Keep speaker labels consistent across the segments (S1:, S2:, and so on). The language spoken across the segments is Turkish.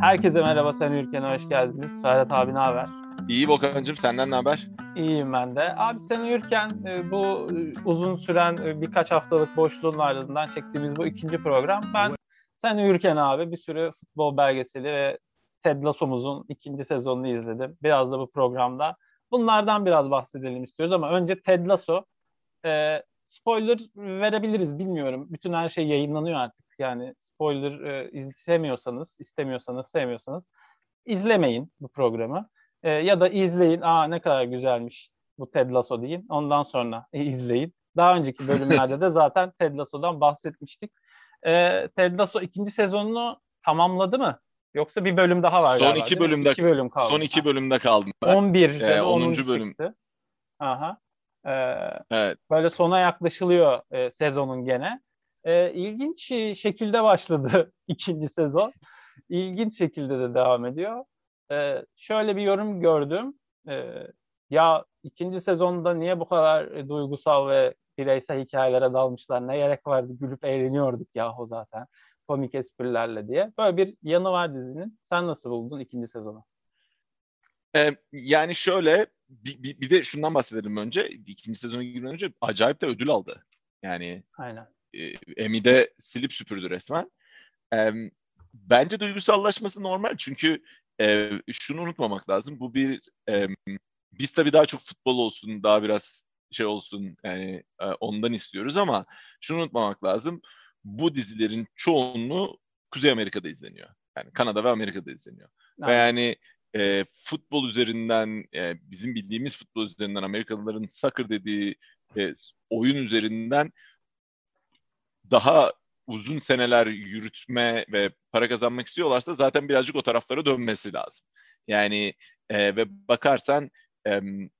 S1: Herkese merhaba, Sen Ülken'e hoş geldiniz. Ferhat abi ne haber?
S2: İyi Volkan'cığım, senden ne haber?
S1: İyiyim ben de. Abi Sen Ülken bu uzun süren birkaç haftalık boşluğun ardından çektiğimiz bu ikinci program. Ben Sen Ülken abi bir sürü futbol belgeseli ve Ted Lasso'muzun ikinci sezonunu izledim. Biraz da bu programda bunlardan biraz bahsedelim istiyoruz ama önce Ted Lasso. Spoiler verebiliriz bilmiyorum. Bütün her şey yayınlanıyor artık. Yani spoiler istemiyorsanız, sevmiyorsanız izlemeyin bu programı. Ya da izleyin, ne kadar güzelmiş bu Ted Lasso deyin. Ondan sonra izleyin. Daha önceki bölümlerde de zaten Ted Lasso'dan bahsetmiştik. Ted Lasso ikinci sezonunu tamamladı mı? Yoksa bir bölüm daha var
S2: Son
S1: galiba
S2: iki
S1: değil mi?
S2: bölümde
S1: İki bölüm
S2: son
S1: kaldı.
S2: iki bölümde kaldım ben.
S1: 11 ya da 10.
S2: 10. bölüm.
S1: çıktı. Aha. Ee,
S2: Evet.
S1: Böyle sona yaklaşılıyor sezonun gene. İlginç şekilde başladı ikinci sezon. İlginç şekilde de devam ediyor. Şöyle bir yorum gördüm. Ya ikinci sezonda niye bu kadar duygusal ve bireysel hikayelere dalmışlar? Ne gerek vardı? Gülüp eğleniyorduk yahu zaten. Komik esprilerle diye. Böyle bir yanı var dizinin. Sen nasıl buldun ikinci sezonu?
S2: Yani şöyle bir de şundan bahsedelim önce. İkinci sezona girmeden önce acayip de ödül aldı. Yani
S1: Aynen.
S2: Emmy'de silip süpürdü resmen. E, Bence duygusallaşması normal. Çünkü şunu unutmamak lazım. Bu biz tabii daha çok futbol olsun, daha biraz şey olsun, yani ondan istiyoruz ama şunu unutmamak lazım. Bu dizilerin çoğunluğu Kuzey Amerika'da izleniyor. Yani Kanada ve Amerika'da izleniyor. Ve
S1: Aynen.
S2: yani futbol üzerinden, bizim bildiğimiz futbol üzerinden, Amerikalıların soccer dediği oyun üzerinden daha uzun seneler yürütme ve para kazanmak istiyorlarsa zaten birazcık o taraflara dönmesi lazım. Yani ve bakarsan e,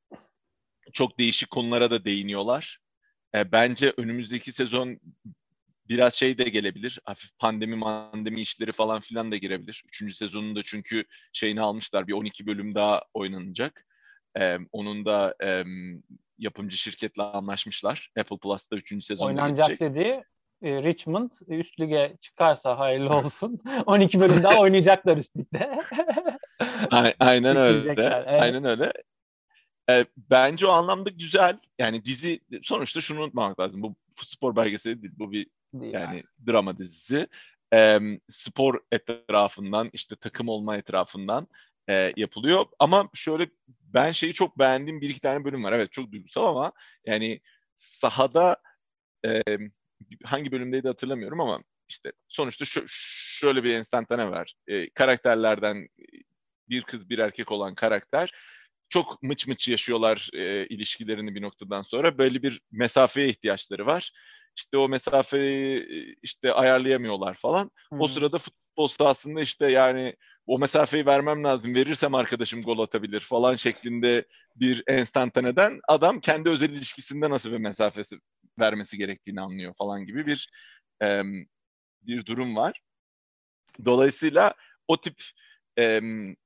S2: çok değişik konulara da değiniyorlar. Bence önümüzdeki sezon biraz şey de gelebilir. Hafif pandemi işleri falan filan da girebilir. Üçüncü sezonunda çünkü şeyini almışlar. Bir 12 bölüm daha oynanacak. Onun da yapımcı şirketle anlaşmışlar. Apple Plus'ta üçüncü sezonda
S1: Oynanacak
S2: gelecek.
S1: dediği Richmond üst lige çıkarsa hayırlı olsun. 12 bölüm daha oynayacaklar üst ligde.
S2: Aynen öyle.
S1: Bitirecekler. Evet.
S2: Aynen öyle. Bence o anlamda güzel. Yani dizi sonuçta şunu unutmamak lazım. Bu spor belgeseli değil. Bu bir
S1: Değil yani.
S2: yani drama dizisi. Spor etrafından, işte takım olma etrafından yapılıyor. Ama şöyle, ben şeyi çok beğendiğim bir iki tane bölüm var. Evet, çok duygusal ama yani sahada e, hangi bölümdeydi hatırlamıyorum ama işte sonuçta şöyle bir enstantane var. Karakterlerden bir kız bir erkek olan karakter çok mıç mıç yaşıyorlar ilişkilerini bir noktadan sonra. Böyle bir mesafeye ihtiyaçları var. İşte o mesafeyi işte ayarlayamıyorlar falan. O
S1: Hmm.
S2: sırada futbol sahasında işte yani o mesafeyi vermem lazım. Verirsem arkadaşım gol atabilir falan şeklinde bir enstantaneden adam kendi özel ilişkisinde nasıl bir mesafesi vermesi gerektiğini anlıyor falan gibi e, bir durum var. Dolayısıyla o tip e,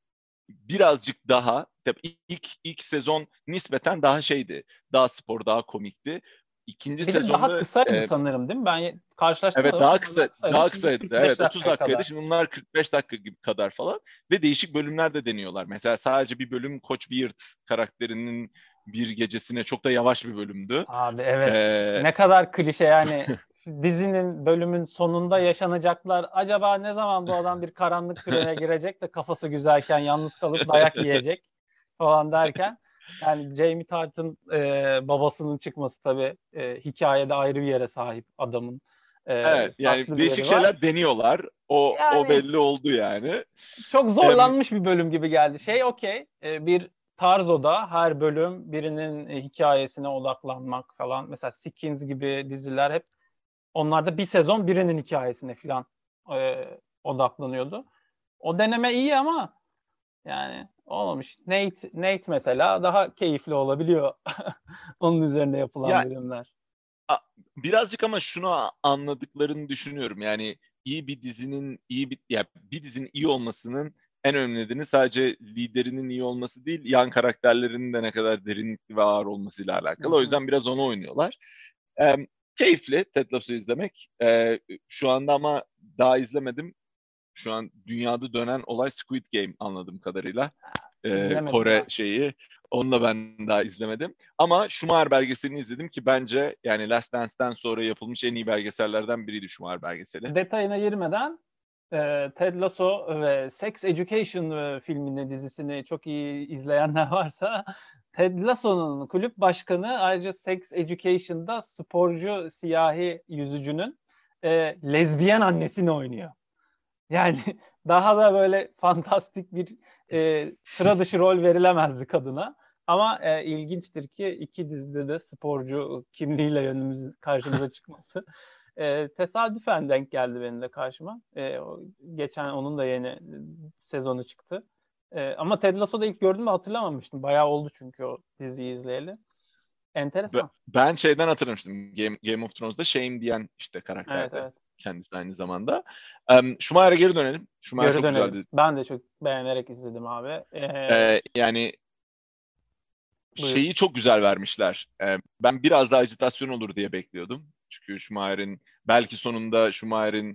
S2: birazcık daha tabii ilk sezon nispeten daha şeydi. Daha spor, daha komikti. İkinci
S1: Bir de daha
S2: sezonda
S1: kısaydı sanırım değil mi? Ben
S2: evet
S1: karşılaştırmadım
S2: daha
S1: ama daha
S2: kısa
S1: kısaydı.
S2: daha
S1: Şimdi
S2: kısaydı.
S1: 45
S2: Evet, 30
S1: dakikaya
S2: dakikaydı.
S1: kadar.
S2: Şimdi bunlar 45 dakika gibi kadar falan ve değişik bölümler de deniyorlar. Mesela sadece bir bölüm Koç Beard karakterinin bir gecesine, çok da yavaş bir bölümdü.
S1: Abi evet.
S2: Ee,
S1: Ne kadar klişe yani. Dizinin bölümün sonunda yaşanacaklar. Acaba ne zaman bu adam bir karanlık tünele girecek de kafası güzelken yalnız kalıp dayak yiyecek falan derken. Yani Jamie Tartt'ın babasının çıkması tabii hikayede ayrı bir yere sahip adamın.
S2: evet, yani
S1: Farklı bir
S2: değişik
S1: yeri var.
S2: şeyler deniyorlar. O
S1: Yani
S2: belli oldu yani.
S1: çok
S2: Em,
S1: zorlanmış bir bölüm gibi geldi. Okey. Bir tarz o da. Her bölüm birinin hikayesine odaklanmak falan. Mesela Skins gibi diziler hep onlarda bir sezon birinin hikayesine falan odaklanıyordu. O deneme iyi ama yani olmamış. Nate mesela daha keyifli olabiliyor. Onun üzerine yapılan
S2: Ya
S1: bölümler.
S2: birazcık ama şunu anladıklarını düşünüyorum. Yani bir dizinin iyi olmasının en önemli nedeni sadece liderinin iyi olması değil, yan karakterlerinin de ne kadar derinlikli ve ağır olmasıyla
S1: Hı
S2: alakalı. O
S1: hı.
S2: yüzden biraz onu oynuyorlar. Keyifli Ted Lasso izlemek. Şu anda ama daha izlemedim. şu an dünyada dönen olay Squid Game anladığım kadarıyla.
S1: İzlemedim
S2: Kore
S1: ben.
S2: şeyi. Onu da ben daha izlemedim. Ama Schumacher belgeselini izledim ki bence yani Last Dance'den sonra yapılmış en iyi belgesellerden biriydi Schumacher belgeseli.
S1: Detayına girmeden Ted Lasso ve Sex Education filmini, dizisini çok iyi izleyenler varsa Ted Lasso'nun kulüp başkanı ayrıca Sex Education'da sporcu siyahi yüzücünün lezbiyen annesini oynuyor. Yani daha da böyle fantastik bir sıra dışı rol verilemezdi kadına. Ama ilginçtir ki iki dizide de sporcu kimliğiyle karşımıza çıkması. Tesadüfen denk geldi benim de karşıma. Geçen onun da yeni sezonu çıktı. Ama Ted Lasso'da ilk gördüğümde hatırlamamıştım. Bayağı oldu çünkü o diziyi izleyeli. Enteresan.
S2: Ben şeyden hatırlamıştım. Game of Thrones'da Shame diyen işte
S1: Evet,
S2: karakterde.
S1: evet.
S2: Kendisi aynı zamanda. Schumacher'a geri dönelim. Schumacher
S1: Geri
S2: çok
S1: dönelim.
S2: güzeldi.
S1: Ben de çok beğenerek izledim abi.
S2: Yani
S1: Buyur.
S2: şeyi çok güzel vermişler. Ben biraz daha ajitasyon olur diye bekliyordum. Çünkü Schumacher'in belki sonunda Schumacher'in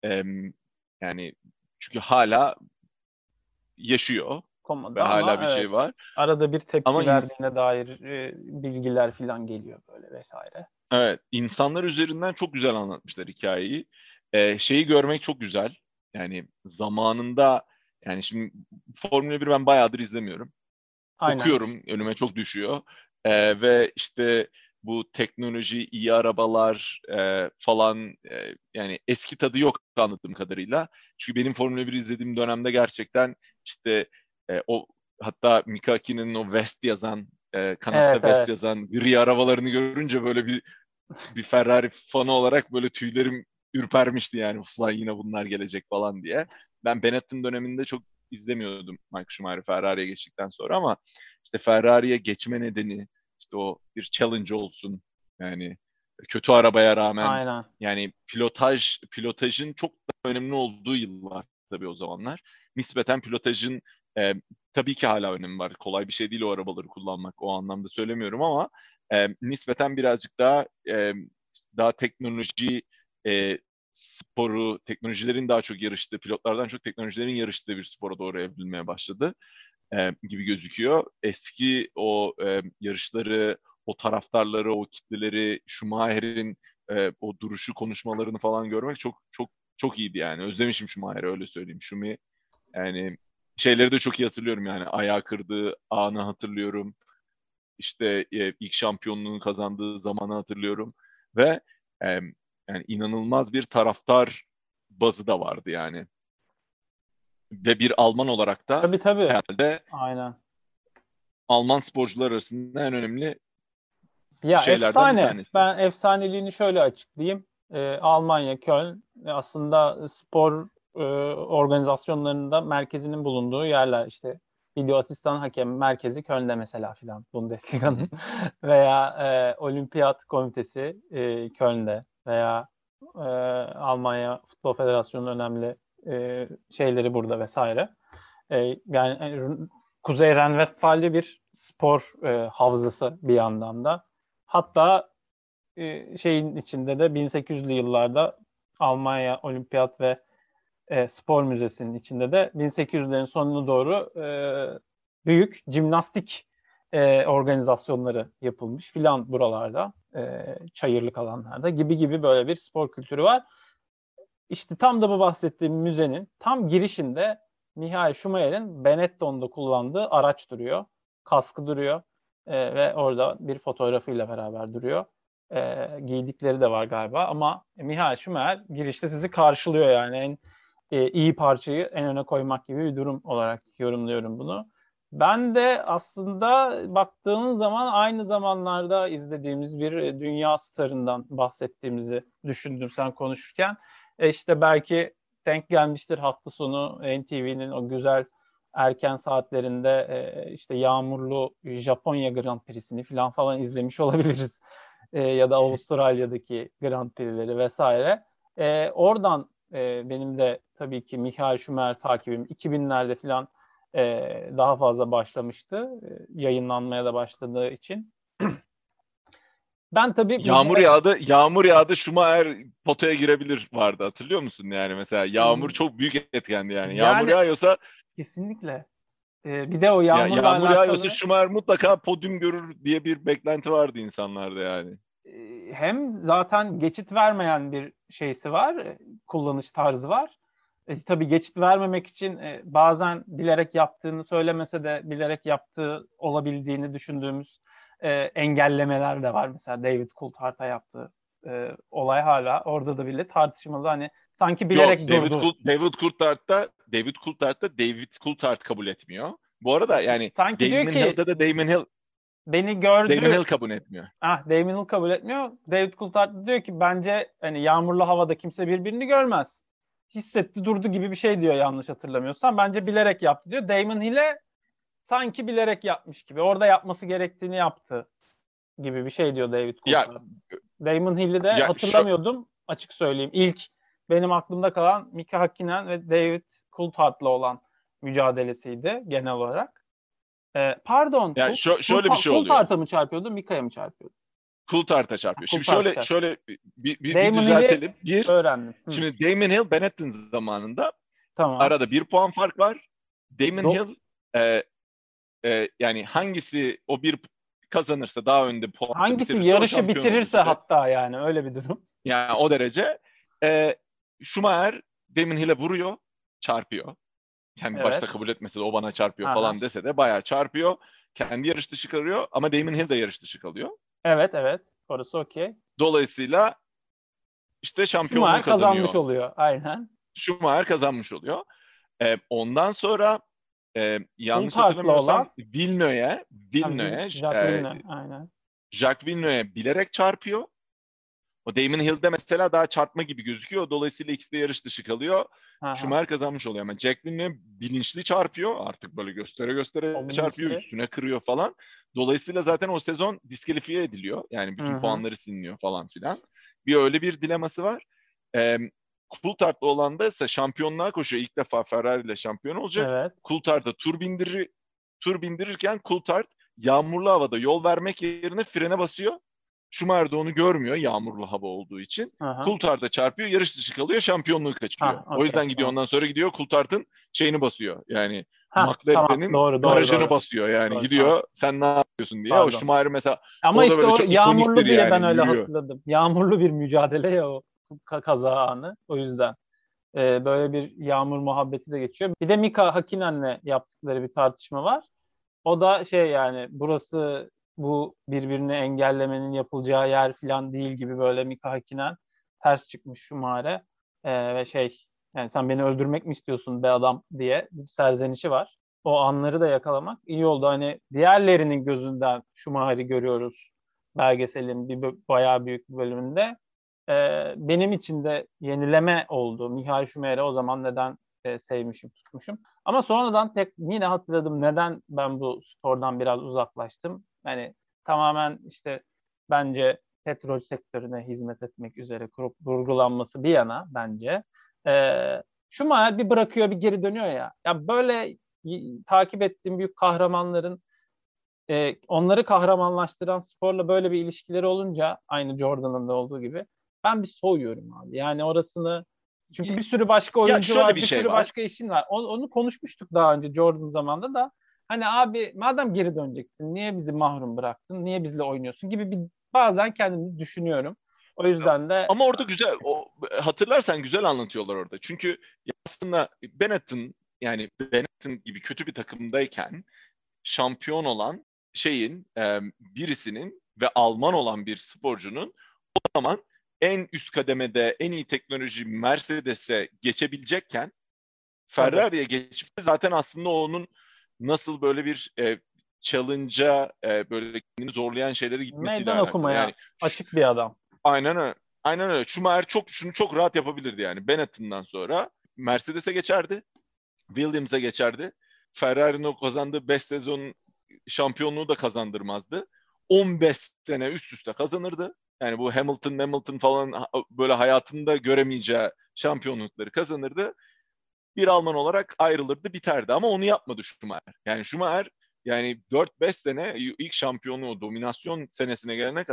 S2: yani çünkü hala yaşıyor ve
S1: Komodo
S2: hala
S1: ama
S2: bir şey
S1: evet.
S2: var.
S1: Arada bir
S2: Ama
S1: tepki verdiğine dair bilgiler falan geliyor böyle vesaire.
S2: evet, insanlar üzerinden çok güzel anlatmışlar hikayeyi. Şeyi görmek çok güzel. Yani zamanında yani şimdi Formula 1 ben bayağıdır izlemiyorum.
S1: Aynen.
S2: Okuyorum, önüme çok düşüyor. Ve işte bu teknoloji, iyi arabalar falan yani eski tadı yok anladığım kadarıyla. Çünkü benim Formula 1 izlediğim dönemde gerçekten işte o hatta Mika Hakkinen o West yazan kanatta
S1: Evet,
S2: West
S1: evet.
S2: yazan gri arabalarını görünce böyle bir Ferrari fanı olarak böyle tüylerim ürpermişti yani. Ulan yine bunlar gelecek falan diye. Ben Benetton döneminde çok izlemiyordum Michael Schumacher Ferrari'ye geçtikten sonra ama işte Ferrari'ye geçme nedeni işte o bir challenge olsun. Yani kötü arabaya rağmen
S1: Aynen.
S2: yani pilotajın çok da önemli olduğu yıllar tabii o zamanlar. Nispeten pilotajın e, tabii ki hala önemi var. Kolay bir şey değil o arabaları kullanmak. O anlamda söylemiyorum ama nispeten birazcık daha teknoloji sporu, teknolojilerin daha çok yarıştığı, pilotlardan çok teknolojilerin yarıştığı bir spora doğru evrilmeye başladı gibi gözüküyor. Eski o yarışları, o taraftarları, o kitleleri, Schumacher'in o duruşu, konuşmalarını falan görmek çok çok çok iyiydi yani. Özlemişim Schumacher'i öyle söyleyeyim. Schumi yani şeyleri de çok iyi hatırlıyorum yani. Ayağı kırdığı anı hatırlıyorum. İşte ilk şampiyonluğunu kazandığı zamanı hatırlıyorum ve e, yani inanılmaz bir taraftar bazı da vardı yani. Ve bir Alman olarak da
S1: Tabii, tabii.
S2: herhalde
S1: Aynen.
S2: Alman sporcular arasında en önemli
S1: Ya
S2: şeylerden bir
S1: efsane.
S2: tanesi.
S1: Ben efsaneliğini şöyle açıklayayım. Almanya, Köln aslında spor organizasyonlarında merkezinin bulunduğu yerler. İşte video asistan hakem merkezi Köln'de mesela filan
S2: Hı
S1: Bundesliga'nın
S2: hı.
S1: veya Olimpiyat Komitesi Köln'de veya Almanya Futbol Federasyonu'nun önemli şeyleri burada vesaire. Yani Kuzey Ren-Westfalya bir spor havzası bir yandan da. Hatta şeyin içinde de 1800'lü yıllarda Almanya Olimpiyat ve Spor Müzesi'nin içinde de 1800'lerin sonuna doğru büyük jimnastik organizasyonları yapılmış filan buralarda, çayırlık alanlarda gibi gibi böyle bir spor kültürü var. İşte tam da bu bahsettiğim müzenin tam girişinde Michael Schumacher'in Benetton'da kullandığı araç duruyor. Kaskı duruyor ve orada bir fotoğrafıyla beraber duruyor. Giydikleri de var galiba ama Michael Schumacher girişte sizi karşılıyor yani en iyi parçayı en öne koymak gibi bir durum olarak yorumluyorum bunu. Ben de aslında baktığın zaman aynı zamanlarda izlediğimiz bir dünya starından bahsettiğimizi düşündüm sen konuşurken. İşte belki denk gelmiştir hafta sonu NTV'nin o güzel erken saatlerinde işte yağmurlu Japonya Grand Prix'sini falan izlemiş olabiliriz. Ya da Avustralya'daki Grand Prix'leri vesaire. Oradan benim de tabii ki Michael Schumacher takibim 2000'lerde falan daha fazla başlamıştı. Yayınlanmaya da başladığı için. Ben tabii
S2: Yağmur yağdı, Schumacher potaya girebilir vardı. Hatırlıyor musun yani mesela yağmur çok büyük etkendi yani. Yağmur
S1: yani
S2: yağıyorsa
S1: kesinlikle. Bir de o yağmurla
S2: yağmur yağıyorsa
S1: alakalı
S2: Schumacher mutlaka podyum görür diye bir beklenti vardı insanlarda yani.
S1: hem zaten geçit vermeyen bir şeysi var, kullanış tarzı var. Tabii geçit vermemek için bazen bilerek yaptığını söylemese de bilerek yaptığı olabildiğini düşündüğümüz engellemeler de var. Mesela David Coulthard'a yaptığı olay hala orada da bile tartışmalı. Hani sanki
S2: Yok,
S1: bilerek durdu.
S2: David Coulthard kabul etmiyor. Bu arada yani
S1: Sanki diyor
S2: Damon
S1: ki
S2: Hill'de de
S1: beni
S2: Damon
S1: gördü.
S2: Hill kabul etmiyor.
S1: Damon Hill kabul etmiyor. David Coulthard diyor ki bence hani yağmurlu havada kimse birbirini görmez. Hissetti durdu gibi bir şey diyor yanlış hatırlamıyorsam. Bence bilerek yaptı diyor. Damon Hill'e sanki bilerek yapmış gibi. Orada yapması gerektiğini yaptı gibi bir şey diyor David
S2: Ya
S1: Coulthard. Damon Hill'i de
S2: ya şu
S1: hatırlamıyordum açık söyleyeyim. İlk benim aklımda kalan Mika Hakkinen ve David Coulthard'la olan mücadelesiydi genel olarak. Pardon,
S2: yani şöyle bir şey oluyor.
S1: Coulthard'a mı çarpıyordu, Mika'ya mı çarpıyordu?
S2: Coulthard'a çarpıyor. Şimdi
S1: Coulthard'a çarpıyordu.
S2: şöyle bir
S1: Damon Hill'i
S2: düzeltelim.
S1: öğrendim.
S2: Şimdi Damon Hill Benetton zamanında
S1: Tamam.
S2: arada 1 puan fark var. Damon
S1: Do-
S2: Hill yani hangisi o bir kazanırsa daha önde puan
S1: Hangisi
S2: bitirirse o
S1: yarışı
S2: şampiyon olur
S1: bitirirse
S2: işte.
S1: hatta yani öyle bir durum.
S2: Yani o derece. Schumacher Damon Hill'e vuruyor, çarpıyor. Kendi
S1: Evet.
S2: başta kabul etmese de o bana çarpıyor
S1: Aha.
S2: falan dese de bayağı çarpıyor. Kendi yarış dışı kalıyor ama Damon Hill de yarış dışı kalıyor.
S1: Evet, evet. Orası okey.
S2: Dolayısıyla işte şampiyonluğu
S1: Schumacher kazanmış
S2: kazanıyor.
S1: oluyor. Aynen.
S2: Schumacher kazanmış oluyor. Ondan sonra yanlış
S1: Coulthard'la
S2: hatırlamıyorsam
S1: olan Jacques Villeneuve. Aynen.
S2: Jacques Villeneuve'ye bilerek çarpıyor. O Damon Hill'de mesela daha çarpma gibi gözüküyor. Dolayısıyla ikisi de yarış dışı kalıyor.
S1: Aha.
S2: Schumacher kazanmış oluyor ama Jack Villeneuve bilinçli çarpıyor. Artık böyle göstere
S1: O
S2: göstere çarpıyor.
S1: bilinçli.
S2: Üstüne kırıyor falan. Dolayısıyla zaten o sezon diskalifiye ediliyor. Yani
S1: Hı
S2: bütün
S1: hı.
S2: puanları siliniyor falan filan. Öyle bir dileması var. Ee, Coulthard'la olan da ise şampiyonluğa koşuyor. İlk defa Ferrari ile şampiyon olacak.
S1: Evet.
S2: Coulthard'a tur bindirirken Coulthard yağmurlu havada yol vermek yerine frene basıyor. Schumacher de onu görmüyor yağmurlu hava olduğu için.
S1: Aha.
S2: Coulthard'a çarpıyor, yarış dışı kalıyor, şampiyonluğu kaçırıyor. O
S1: Okey.
S2: yüzden gidiyor
S1: Tamam.
S2: ondan sonra gidiyor Coulthard'ın şeyini basıyor. Yani
S1: Tamam.
S2: McLaren'in
S1: Doğru, doğru,
S2: garajını
S1: doğru.
S2: basıyor yani.
S1: Doğru, tamam.
S2: Gidiyor sen ne yapıyorsun diye. O
S1: Pardon.
S2: Schumacher mesela
S1: Ama
S2: o da
S1: işte
S2: böyle
S1: o
S2: çok ikoniktir
S1: yağmurlu diye ben
S2: yani
S1: öyle
S2: yürüyor.
S1: hatırladım. Yağmurlu bir mücadele ya o kaza anı. O yüzden böyle bir yağmur muhabbeti de geçiyor. Bir de Mika Hakkinen'le yaptıkları bir tartışma var. O da şey yani burası bu birbirini engellemenin yapılacağı yer falan değil gibi böyle Mika Hakkinen ters çıkmış Schumacher'e. Ve şey yani sen beni öldürmek mi istiyorsun be adam diye bir serzenişi var. O anları da yakalamak iyi oldu. Hani diğerlerinin gözünden Schumacher'i görüyoruz belgeselin bayağı büyük bir bölümünde. Benim için de yenileme oldu. Michael Schumacher'i o zaman neden sevmişim, tutmuşum. Ama sonradan yine hatırladım neden ben bu spordan biraz uzaklaştım. Yani tamamen işte bence petrol sektörüne hizmet etmek üzere kurgulanması bir yana bence. Schumacher bir bırakıyor bir geri dönüyor ya. Ya böyle takip ettiğim büyük kahramanların onları kahramanlaştıran sporla böyle bir ilişkileri olunca aynı Jordan'ın da olduğu gibi ben bir soğuyorum abi. Yani orasını çünkü bir sürü başka
S2: Ya
S1: oyuncu
S2: şöyle
S1: var,
S2: bir
S1: bir
S2: şey
S1: sürü
S2: var.
S1: başka işin var. Onu konuşmuştuk daha önce Jordan zamanında da. Hani abi madem geri dönecektin, niye bizi mahrum bıraktın? Niye bizle oynuyorsun gibi bir bazen kendimi düşünüyorum. O yüzden de
S2: Ama orada hatırlarsan güzel anlatıyorlar orada. Çünkü aslında Benetton gibi kötü bir takımdayken şampiyon olan birisinin ve Alman olan bir sporcunun o zaman en üst kademede en iyi teknoloji Mercedes'e geçebilecekken
S1: tabii
S2: Ferrari'ye geçip zaten aslında onun nasıl böyle bir challenge'a böyle kendini zorlayan şeylere gitmesiyle
S1: meydan
S2: alakalı. Yani
S1: okumaya açık bir adam.
S2: aynen öyle. Aynen öyle. Schumacher şunu çok rahat yapabilirdi yani. Benetton'dan sonra Mercedes'e geçerdi. Williams'e geçerdi. Ferrari'nin o kazandığı 5 sezon şampiyonluğu da kazandırmazdı. 15 sene üst üste kazanırdı. Yani bu Hamilton falan böyle hayatında göremeyeceği şampiyonlukları kazanırdı. Bir Alman olarak ayrılırdı, biterdi. Ama onu yapmadı Schumacher. Yani Schumacher yani 4-5 sene ilk şampiyonluğu, dominasyon senesine gelene kadar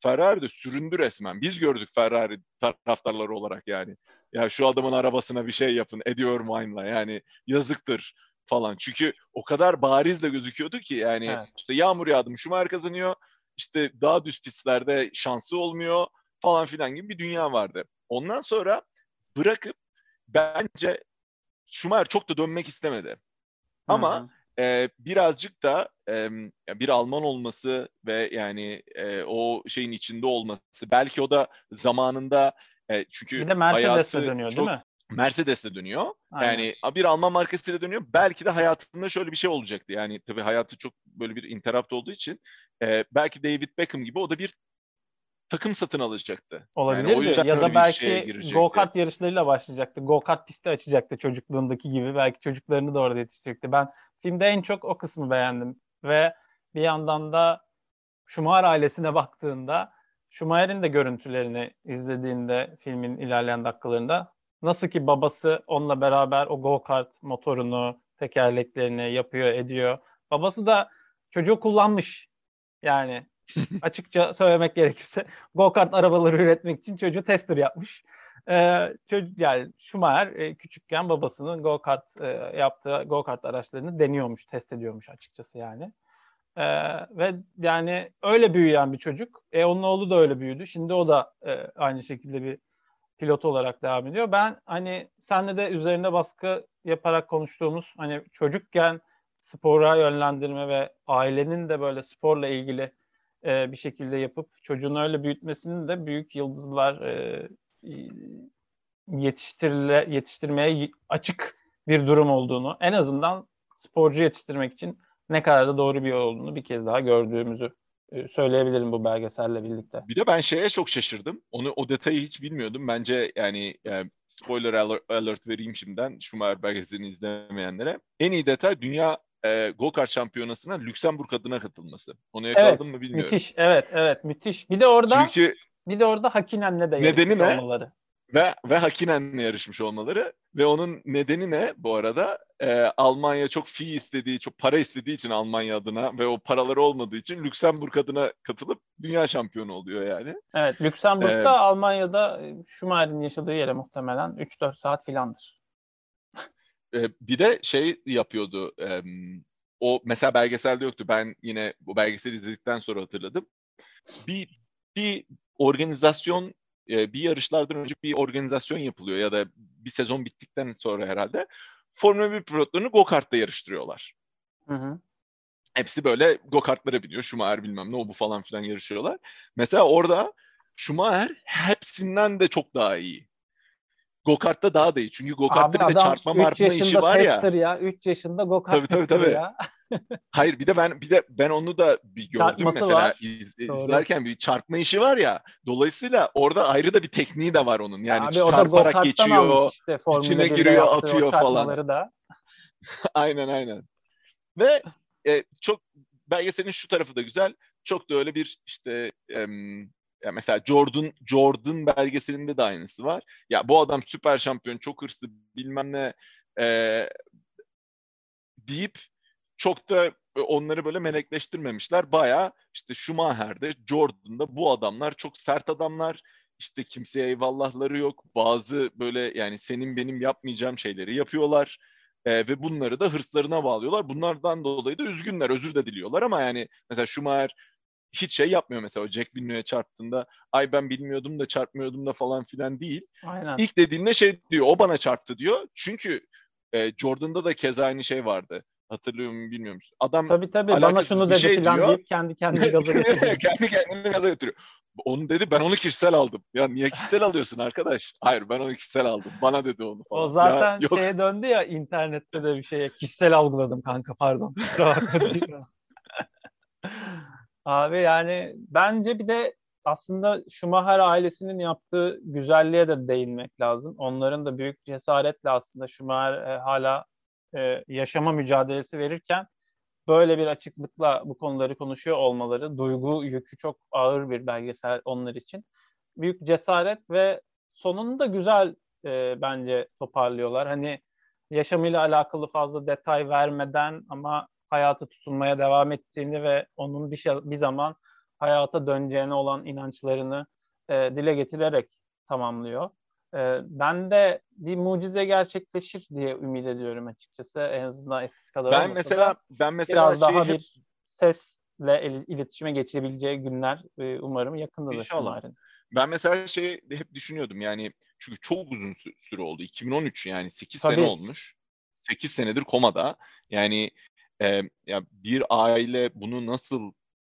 S2: Ferrari de süründü resmen. Biz gördük Ferrari taraftarları olarak yani. Ya şu adamın arabasına bir şey yapın Eddie Irvine'la yani yazıktır falan. Çünkü o kadar bariz de gözüküyordu ki yani
S1: Evet.
S2: işte yağmur yağdı mı Schumacher kazanıyor. İşte daha düz pistlerde şansı olmuyor falan filan gibi bir dünya vardı. Ondan sonra bırakıp bence Schumacher çok da dönmek istemedi.
S1: Hı
S2: Ama
S1: hı.
S2: birazcık da bir Alman olması ve yani o şeyin içinde olması. Belki o da zamanında çünkü
S1: Bir de Mercedes'le
S2: hayatı
S1: dönüyor değil
S2: çok
S1: mi?
S2: Mercedes'le dönüyor.
S1: Aynen.
S2: Yani bir Alman markasıyla dönüyor. Belki de hayatında şöyle bir şey olacaktı. Yani tabii hayatı çok böyle bir interrupt olduğu için belki David Beckham gibi o da bir takım satın alacaktı. Yani o
S1: Olabilirdi.
S2: yüzden
S1: Ya
S2: öyle
S1: da
S2: bir şeye
S1: belki
S2: girecekti.
S1: go-kart yarışlarıyla başlayacaktı. Go-kart pisti açacaktı çocukluğundaki gibi. Belki çocuklarını da orada yetiştirecekti. Ben filmde en çok o kısmı beğendim. Ve bir yandan da Schumacher ailesine baktığında, Schumacher'in de görüntülerini izlediğinde filmin ilerleyen dakikalarında nasıl ki babası onunla beraber o go-kart motorunu, tekerleklerini yapıyor, ediyor. Babası da çocuğu kullanmış. Yani açıkça söylemek gerekirse go-kart arabaları üretmek için çocuğu tester yapmış. Çocuk, yani Schumacher küçükken babasının go-kart yaptığı go-kart araçlarını deniyormuş, test ediyormuş açıkçası yani. Ve yani öyle büyüyen bir çocuk. Onun oğlu da öyle büyüdü. Şimdi o da aynı şekilde bir pilot olarak devam ediyor. Ben hani senle de üzerinde baskı yaparak konuştuğumuz hani çocukken spora yönlendirme ve ailenin de böyle sporla ilgili bir şekilde yapıp çocuğunu öyle büyütmesinin de büyük yıldızlar yetiştirmeye açık bir durum olduğunu, en azından sporcu yetiştirmek için ne kadar da doğru bir yol olduğunu bir kez daha gördüğümüzü söyleyebilirim bu belgeselle birlikte.
S2: Bir de ben şeye çok şaşırdım. O detayı hiç bilmiyordum. Bence yani spoiler alert vereyim şimdiden Schumacher belgeselini izlemeyenlere. En iyi detay dünya go-kart şampiyonasına Lüksemburg adına katılması. Onu yakaladım
S1: Evet,
S2: mı bilmiyorum.
S1: müthiş. Evet, evet, müthiş.
S2: Çünkü
S1: Bir de orada Hakinen'le de
S2: nedeni
S1: yarışmış
S2: ne?
S1: olmaları.
S2: Ve Hakkinen'le yarışmış olmaları ve onun nedeni ne bu arada? Almanya çok fee istediği, çok para istediği için Almanya adına ve o paraları olmadığı için Lüksemburg adına katılıp dünya şampiyonu oluyor yani.
S1: Evet,
S2: E,
S1: Lüksemburg'da Almanya'da Schumacher'in yaşadığı yere muhtemelen 3-4 saat filandır.
S2: Bir de şey yapıyordu. O mesela belgeselde yoktu. Ben yine bu belgeseli izledikten sonra hatırladım. Bir bir organizasyon bir yarışlardan önce bir organizasyon yapılıyor ya da bir sezon bittikten sonra herhalde. Formula 1 pilotlarını go-kart'ta yarıştırıyorlar.
S1: Hı hı.
S2: Hepsi böyle go-kartlara biniyor. Schumacher bilmem ne o bu falan filan yarışıyorlar. Mesela orada Schumacher hepsinden de çok daha iyi. Go-kart'ta daha da iyi. Çünkü
S1: Abi
S2: go-kart'ta bir de
S1: adam
S2: çarpma
S1: 3
S2: marpma işi
S1: yaşında
S2: var ya.
S1: tester ya. 3 yaşında go-kart
S2: Tabii tabii
S1: tester
S2: tabii.
S1: ya.
S2: Hayır bir de ben onu da bir gördüm
S1: Çarpması
S2: mesela
S1: var. Doğru.
S2: izlerken bir çarpma işi var ya. Dolayısıyla orada ayrı da bir tekniği de var onun.
S1: Ya
S2: Yani
S1: abi o da
S2: çarparak
S1: go-kart'tan almış
S2: geçiyor,
S1: işte
S2: içine
S1: Formula 1'de
S2: giriyor,
S1: yaptığı o
S2: atıyor falan.
S1: çarpmaları da.
S2: Aynen aynen. Ve çok belgeselin şu tarafı da güzel. Çok da öyle bir işte ya mesela Jordan belgeselinde de aynısı var. Ya bu adam süper şampiyon, çok hırslı bilmem ne e, deyip çok da onları böyle melekleştirmemişler. Bayağı işte Schumacher'de, Jordan'da bu adamlar çok sert adamlar. İşte kimseye eyvallahları yok. Bazı böyle yani senin benim yapmayacağım şeyleri yapıyorlar. Ve bunları da hırslarına bağlıyorlar. Bunlardan dolayı da üzgünler, özür de diliyorlar ama yani mesela Schumacher hiç şey yapmıyor mesela o Jack Villeneuve'ye çarptığında ay ben bilmiyordum da çarpmıyordum da falan filan değil.
S1: Aynen.
S2: İlk dediğinde şey diyor o bana çarptı diyor. Çünkü Jordan'da da keza aynı şey vardı. Hatırlıyor muyum bilmiyorum. Adam
S1: Tabii tabii bana
S2: alakasız
S1: şunu
S2: bir
S1: dedi
S2: şey
S1: filan
S2: diyor.
S1: deyip kendi kendini gaza getiriyor.
S2: Kendi kendini gaza getiriyor. Onu dedi ben onu kişisel aldım. Ya niye kişisel alıyorsun arkadaş? Hayır ben onu kişisel aldım. Bana dedi onu
S1: O
S2: falan. Ya
S1: zaten
S2: yok.
S1: şeye döndü ya internette de bir şeye. Kişisel algıladım kanka pardon. Kusura bakma diyor. Abi yani bence bir de aslında Schumacher ailesinin yaptığı güzelliğe de değinmek lazım. Onların da büyük cesaretle aslında Schumacher hala yaşama mücadelesi verirken böyle bir açıklıkla bu konuları konuşuyor olmaları, duygu yükü çok ağır bir belgesel onlar için. Büyük cesaret ve sonunu da güzel bence toparlıyorlar. Hani yaşamıyla alakalı fazla detay vermeden ama hayata tutunmaya devam ettiğini ve onun bir zaman hayata döneceğine olan inançlarını dile getirerek tamamlıyor. Ben de bir mucize gerçekleşir diye ümit ediyorum açıkçası. En azından eskisi kadar
S2: Ben
S1: olmasa da
S2: mesela
S1: biraz
S2: şeyi
S1: daha
S2: hep
S1: bir sesle iletişime geçebileceği günler umarım yakındadır
S2: inşallah.
S1: Schumacher'in.
S2: Ben mesela şeyi hep düşünüyordum yani, çünkü çok uzun süre oldu. 2013, yani 8 sene
S1: Tabii,
S2: olmuş. 8 senedir komada. Yani ya bir aile bunu nasıl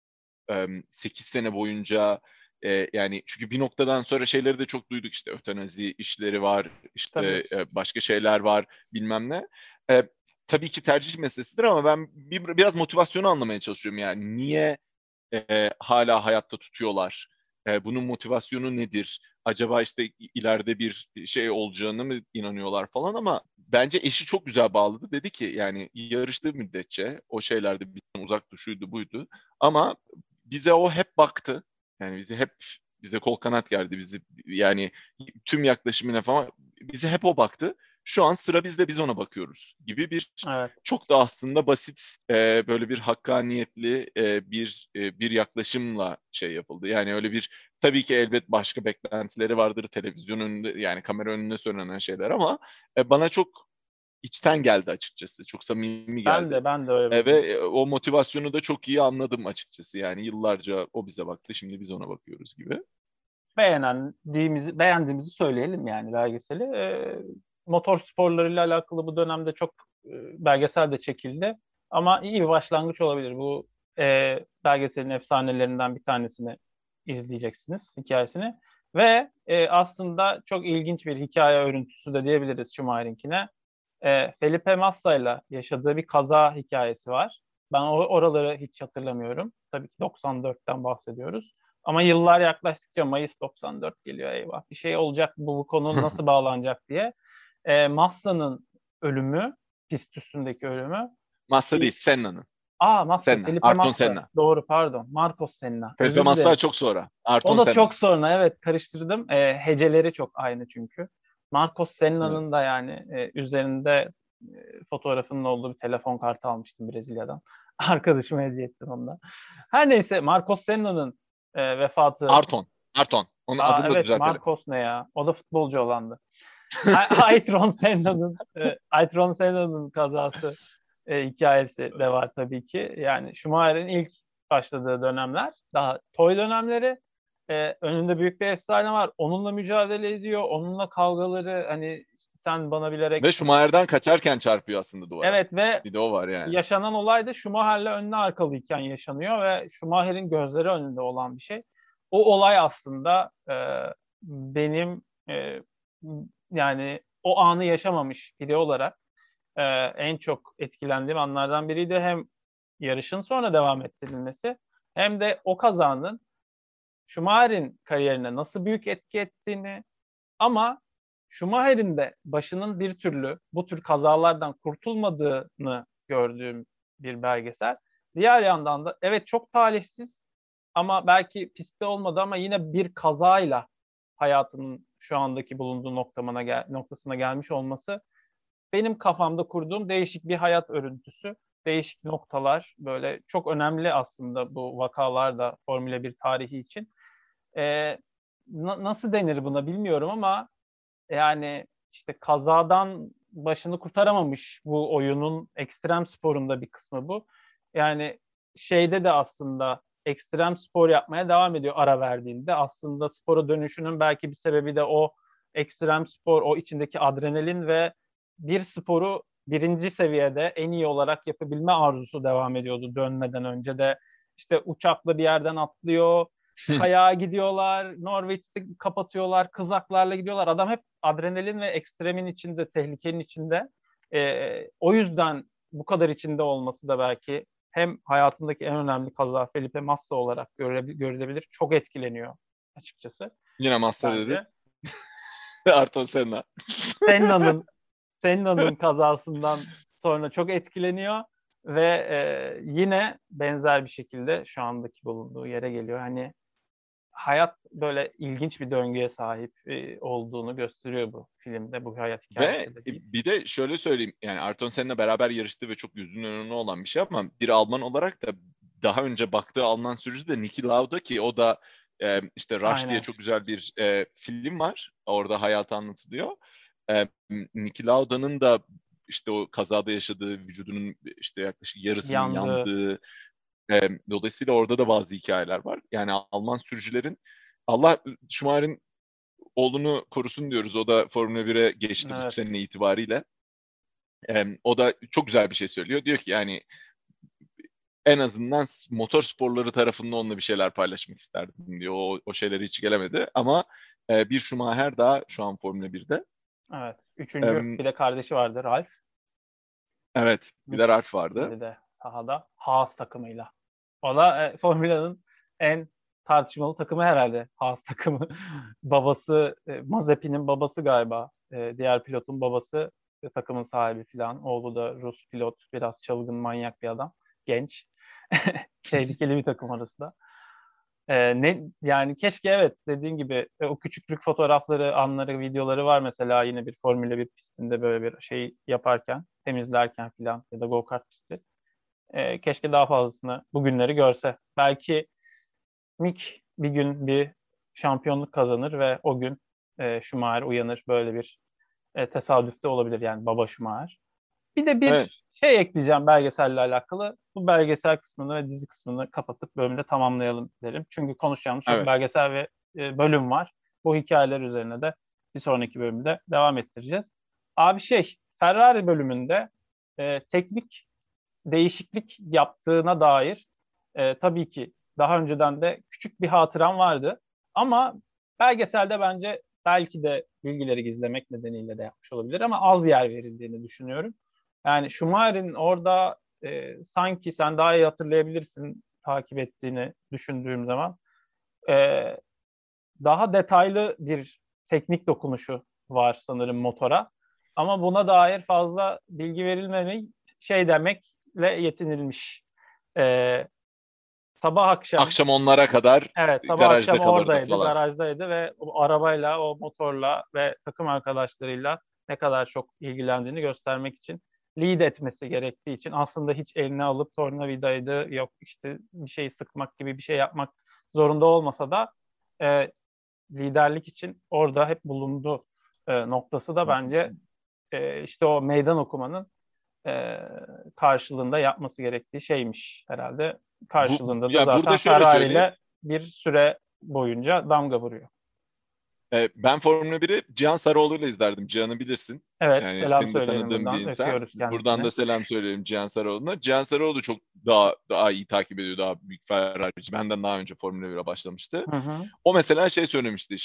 S2: 8 sene boyunca, yani çünkü bir noktadan sonra şeyleri de çok duyduk, işte ötenazi işleri var,
S1: tabii.
S2: işte başka şeyler var, bilmem ne. E, tabii ki tercih meselesidir ama ben biraz motivasyonu anlamaya çalışıyorum, yani niye hala hayatta tutuyorlar? Bunun motivasyonu nedir? Acaba işte ileride bir şey olacağını mı inanıyorlar falan, ama bence eşi çok güzel bağladı. Dedi ki yani yarıştığı müddetçe o şeylerde bizden uzak şuydu buydu. Ama bize o hep baktı. Yani bize kol kanat gerdi. Bizi yani tüm yaklaşımına falan bize hep o baktı. Şu an sıra bizde, biz ona bakıyoruz gibi bir,
S1: Evet.
S2: çok da aslında basit, böyle bir hakkaniyetli bir yaklaşımla şey yapıldı. Yani öyle bir, tabii ki elbet başka beklentileri vardır televizyon önünde, yani kamera önünde söylenen şeyler, ama bana çok içten geldi açıkçası. Çok samimi
S1: Ben
S2: geldi.
S1: de ben de öyle
S2: Ve
S1: buldum.
S2: o motivasyonu da çok iyi anladım açıkçası. Yani yıllarca o bize baktı, şimdi biz ona bakıyoruz gibi.
S1: Beğendiğimizi söyleyelim yani belgeseli. Motor sporlarıyla alakalı bu dönemde çok belgesel de çekildi. Ama iyi bir başlangıç olabilir. Bu belgeselin efsanelerinden bir tanesini izleyeceksiniz, hikayesini. Ve aslında çok ilginç bir hikaye örüntüsü de diyebiliriz Schumacher'inkine. Felipe Massa'yla yaşadığı bir kaza hikayesi var. Ben oraları hiç hatırlamıyorum. Tabii ki 94'ten bahsediyoruz. Ama yıllar yaklaştıkça Mayıs 94 geliyor, eyvah. Bir şey olacak, bu konu nasıl bağlanacak diye. Massa'nın ölümü, pist üstündeki ölümü.
S2: Massa değil,
S1: Bir,
S2: Senna'nın.
S1: Massa,
S2: Senna.
S1: Felipe
S2: Ayrton
S1: Massa.
S2: Senna.
S1: Doğru, pardon. Marcos Senna.
S2: Felipe
S1: Özür
S2: Massa
S1: dilerim.
S2: çok sonra.
S1: O
S2: Ayrton
S1: da
S2: Senna.
S1: çok sonra, evet, karıştırdım. Heceleri çok aynı çünkü. Marcos
S2: Evet.
S1: Senna'nın da yani üzerinde fotoğrafının olduğu bir telefon kartı almıştım Brezilya'dan. Arkadaşıma hediye ettim onunla. Her neyse, Marcos Senna'nın vefatı.
S2: Ayrton. Ayrton. Onun adını da
S1: Evet,
S2: düzeltelim.
S1: Marcos ne ya? O da futbolcu olandı. Aytron Senna'nın kazası hikayesi de var tabii ki. Yani Schumacher'in ilk başladığı dönemler, daha toy dönemleri. Önünde büyük bir efsane var. Onunla mücadele ediyor. Onunla kavgaları, hani işte sen bana bilerek
S2: Ve Schumacher'den kaçarken çarpıyor aslında duvara.
S1: evet, ve
S2: Bir de o var yani.
S1: yaşanan olay da Schumacher'le önüne arkalıyken yaşanıyor ve Schumacher'in gözleri önünde olan bir şey. O olay aslında benim yani o anı yaşamamış biri olarak en çok etkilendiğim anlardan biriydi. Hem yarışın sonra devam ettirilmesi hem de o kazanın Schumacher'in kariyerine nasıl büyük etki ettiğini, ama Schumacher'in de başının bir türlü bu tür kazalardan kurtulmadığını gördüğüm bir belgesel. Diğer yandan da evet, çok talihsiz ama belki pistte olmadı ama yine bir kazayla hayatının şu andaki bulunduğu noktasına gelmiş olması benim kafamda kurduğum değişik bir hayat örüntüsü. Değişik noktalar, böyle çok önemli aslında bu vakalar da Formula 1 tarihi için. Nasıl denir buna bilmiyorum ama yani işte kazadan başını kurtaramamış, bu oyunun ekstrem sporunda bir kısmı bu. Yani şeyde de aslında ekstrem spor yapmaya devam ediyor ara verdiğinde. Aslında spora dönüşünün belki bir sebebi de o ekstrem spor, o içindeki adrenalin ve bir sporu birinci seviyede en iyi olarak yapabilme arzusu devam ediyordu dönmeden önce de. İşte uçakla bir yerden atlıyor, kayağa gidiyorlar, Norveç'te kapatıyorlar, kızaklarla gidiyorlar. Adam hep adrenalin ve ekstremin içinde, tehlikenin içinde. O yüzden bu kadar içinde olması da belki hem hayatındaki en önemli kaza Felipe Massa olarak görülebilir. Çok etkileniyor açıkçası
S2: Yine Massa dedin.
S1: bence.
S2: Ayrton Senna.
S1: Senna'nın Senna'nın kazasından sonra çok etkileniyor ve yine benzer bir şekilde şu andaki bulunduğu yere geliyor. Hani hayat böyle ilginç bir döngüye sahip olduğunu gösteriyor bu filmde, bu hayat
S2: Ve
S1: hikayesi de diyeyim.
S2: bir de şöyle söyleyeyim, yani Ayrton Senna beraber yarıştı ve çok gözünün önüne olan bir şey, ama bir Alman olarak da daha önce baktığı Alman sürücü de Niki Lauda, ki o da işte Rush diye
S1: Aynen.
S2: çok güzel bir film var. Orada hayatı anlatılıyor. Niki Lauda'nın da işte o kazada yaşadığı, vücudunun işte yaklaşık yarısının
S1: Yandı.
S2: yandığı, dolayısıyla orada da bazı hikayeler var. Yani Alman sürücülerin, Allah Schumacher'in oğlunu korusun diyoruz. O da Formula 1'e geçti bu
S1: Evet.
S2: sene itibariyle. O da çok güzel bir şey söylüyor. Diyor ki yani en azından motor sporları tarafında onunla bir şeyler paylaşmak isterdim diyor. O şeyleri hiç gelemedi. Ama bir Schumacher daha şu an Formula 1'de.
S1: Evet. Üçüncü
S2: Em,
S1: bir de kardeşi vardı, Ralf.
S2: evet, bir de
S1: Mick
S2: Ralf vardı.
S1: şimdi de sahada Haas takımıyla. O da Formula'nın en tartışmalı takımı herhalde. Haas takımı. Babası Mazepin'in babası galiba. Diğer pilotun babası takımın sahibi falan. Oğlu da Rus pilot. Biraz çılgın, manyak bir adam. Genç. Tehlikeli bir takım arası da. Ne yani keşke, evet, dediğin gibi o küçüklük fotoğrafları, anları, videoları var mesela, yine bir Formula 1 pistinde böyle bir şey yaparken, temizlerken falan, ya da go-kart pisti. Keşke daha fazlasını bugünleri görse. Belki Mick bir gün bir şampiyonluk kazanır ve o gün Schumacher uyanır. Böyle bir tesadüfte olabilir yani, baba Schumacher. Bir de
S2: Evet,
S1: bir şey ekleyeceğim belgeselle alakalı. Bu belgesel kısmını ve dizi kısmını kapatıp bölümde tamamlayalım derim. Çünkü konuşacağımız çok
S2: evet.
S1: belgesel ve bölüm var. Bu hikayeler üzerine de bir sonraki bölümde devam ettireceğiz. Abi Ferrari bölümünde teknik değişiklik yaptığına dair tabii ki daha önceden de küçük bir hatıram vardı. Ama belgeselde bence belki de bilgileri gizlemek nedeniyle de yapmış olabilir, ama az yer verildiğini düşünüyorum. Yani Schumacher'in orada sanki sen daha iyi hatırlayabilirsin, takip ettiğini düşündüğüm zaman e, daha detaylı bir teknik dokunuşu var sanırım motora. Ama buna dair fazla bilgi verilmemiş, demekle yetinilmiş. Ee, sabah akşam
S2: Akşam onlara kadar
S1: Evet, sabah
S2: garajda
S1: akşam
S2: kalırdı
S1: oradaydı,
S2: falan.
S1: garajdaydı ve o arabayla, o motorla ve takım arkadaşlarıyla ne kadar çok ilgilendiğini göstermek için, lead etmesi gerektiği için, aslında hiç eline alıp tornavidaydı, yok işte bir şey sıkmak gibi bir şey yapmak zorunda olmasa da e, liderlik için orada hep bulundu noktası da bence işte o meydan okumanın e, karşılığında yapması gerektiği şeymiş herhalde. Karşılığında da
S2: Ya burada
S1: zaten
S2: şöyle
S1: Ferrari
S2: söyleyeyim.
S1: ile bir süre boyunca damga vuruyor.
S2: Ben Formula 1'i Cihan Sarıoğlu'yla izlerdim. Cihan'ı bilirsin.
S1: Evet,
S2: Yani
S1: selam
S2: senin de
S1: söyleyelim
S2: tanıdığın bir
S1: buradan.
S2: insan.
S1: Öpüyoruz
S2: Buradan
S1: kendisine.
S2: da selam söyleyeyim Cihan Sarıoğlu'na. Cihan Sarıoğlu çok daha iyi takip ediyor. Daha büyük Ferrari'ci. Benden daha önce Formula 1'e başlamıştı.
S1: Hı hı.
S2: O mesela şey söylemişti.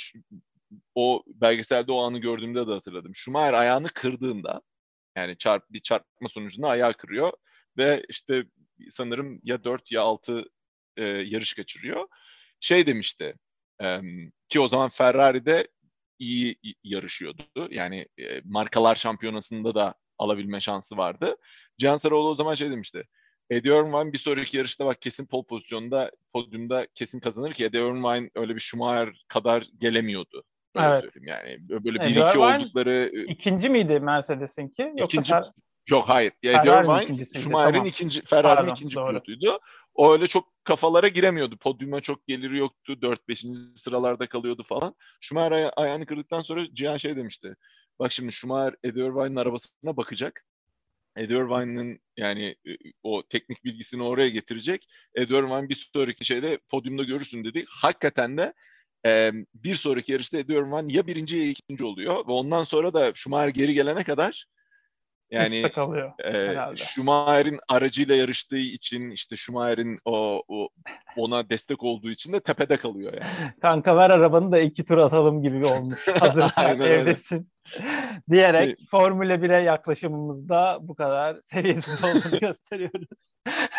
S2: O belgeselde o anı gördüğümde de hatırladım. Schumacher ayağını kırdığında, yani bir çarpma sonucunda ayağı kırıyor ve işte sanırım ya 4 ya 6 yarış kaçırıyor. Şey demişti, e, ki o zaman Ferrari'de iyi yarışıyordu. Yani markalar şampiyonasında da alabilme şansı vardı. Cihan Sarıoğlu o zaman şey demişti. Eddie Irvine bir sonraki yarışta bak kesin pole pozisyonda, podyumda kesin kazanır, ki Eddie Irvine öyle bir Schumacher kadar gelemiyordu. Öyle
S1: Evet.
S2: söyleyeyim yani. Böyle bir
S1: Eddie
S2: iki
S1: Irvine
S2: oldukları
S1: ikinci miydi Mercedes'inki, yoksa
S2: İkinci yok, hayır. Eddie
S1: Ferrari'nin
S2: Irvine
S1: ikincisiydi?
S2: Schumacher'in
S1: Tamam.
S2: ikinci, Ferrari'nin
S1: Pardon,
S2: ikinci
S1: doğru.
S2: pilotuydu. O öyle çok kafalara giremiyordu. Podyuma çok geliri yoktu. 4-5. sıralarda kalıyordu falan. Schumacher ayağını kırdıktan sonra Cihan şey demişti. Bak şimdi Schumacher Eddie Irvine'in arabasına bakacak. Eddie Irvine'ın yani o teknik bilgisini oraya getirecek. Eddie Irvine bir sonraki şeyde podyumda görürsün dedi. Hakikaten de bir sonraki yarışta Eddie Irvine ya birinci ya ikinci oluyor. Ve ondan sonra da Schumacher geri gelene kadar,
S1: Üstte
S2: yani
S1: kalıyor herhalde.
S2: Schumacher'in aracıyla yarıştığı için, işte Schumacher'in ona destek olduğu için de tepede kalıyor yani.
S1: Kanka ver arabanı da iki tur atalım gibi olmuş. Hazırsan
S2: Aynen öyle.
S1: evdesin diyerek
S2: E,
S1: Formula 1'e yaklaşımımızda bu kadar seviyesiz olduğunu gösteriyoruz.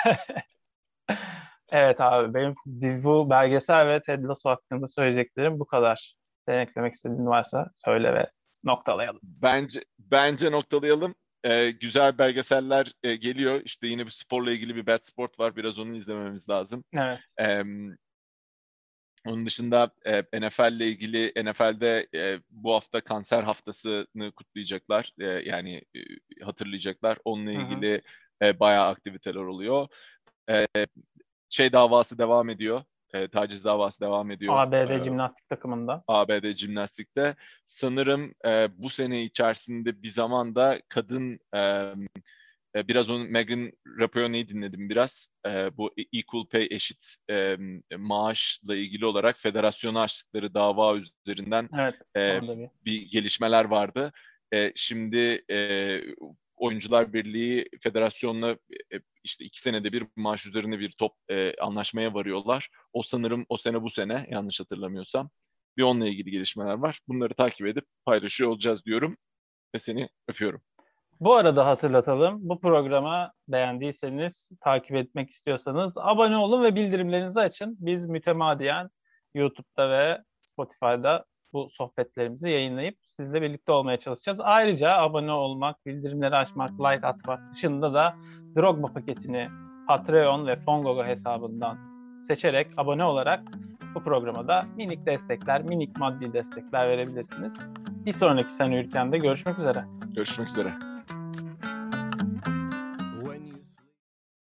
S1: Evet abi, benim bu belgesel ve Ted Lasso hakkında söyleyeceklerim bu kadar. Senin eklemek istediğin varsa söyle ve noktalayalım.
S2: bence noktalayalım. Güzel belgeseller geliyor. İşte yine bir sporla ilgili bir Bad Sport var. Biraz onu izlememiz lazım.
S1: Evet.
S2: E, Onun dışında NFL ile ilgili, NFL'de bu hafta kanser haftasını kutlayacaklar. Yani hatırlayacaklar. Onunla
S1: Hı hı.
S2: ilgili bayağı aktiviteler oluyor. davası devam ediyor. Taciz davası devam ediyor.
S1: ABD jimnastik takımında.
S2: ABD jimnastikte. Sanırım bu sene içerisinde bir zamanda kadın biraz onu Megan Rapinoe'yu dinledim biraz. Bu Equal Pay, eşit maaşla ilgili olarak federasyona açtıkları dava üzerinden
S1: Evet, orada
S2: bir gelişmeler vardı. Şimdi Oyuncular Birliği federasyonla işte 2 senede bir maaş üzerine bir anlaşmaya varıyorlar. O sanırım o sene bu sene, yanlış hatırlamıyorsam. Bir onunla ilgili gelişmeler var. Bunları takip edip paylaşıyor olacağız diyorum ve seni öpüyorum.
S1: Bu arada hatırlatalım. Bu programı beğendiyseniz, takip etmek istiyorsanız abone olun ve bildirimlerinizi açın. Biz mütemadiyen YouTube'da ve Spotify'da bu sohbetlerimizi yayınlayıp sizle birlikte olmaya çalışacağız. Ayrıca abone olmak, bildirimleri açmak, like atmak dışında da Drogba paketini Patreon ve Fongogo hesabından seçerek, abone olarak bu programa da minik destekler, minik maddi destekler verebilirsiniz. Bir sonraki Sen Uyurken'de görüşmek üzere.
S2: Görüşmek üzere.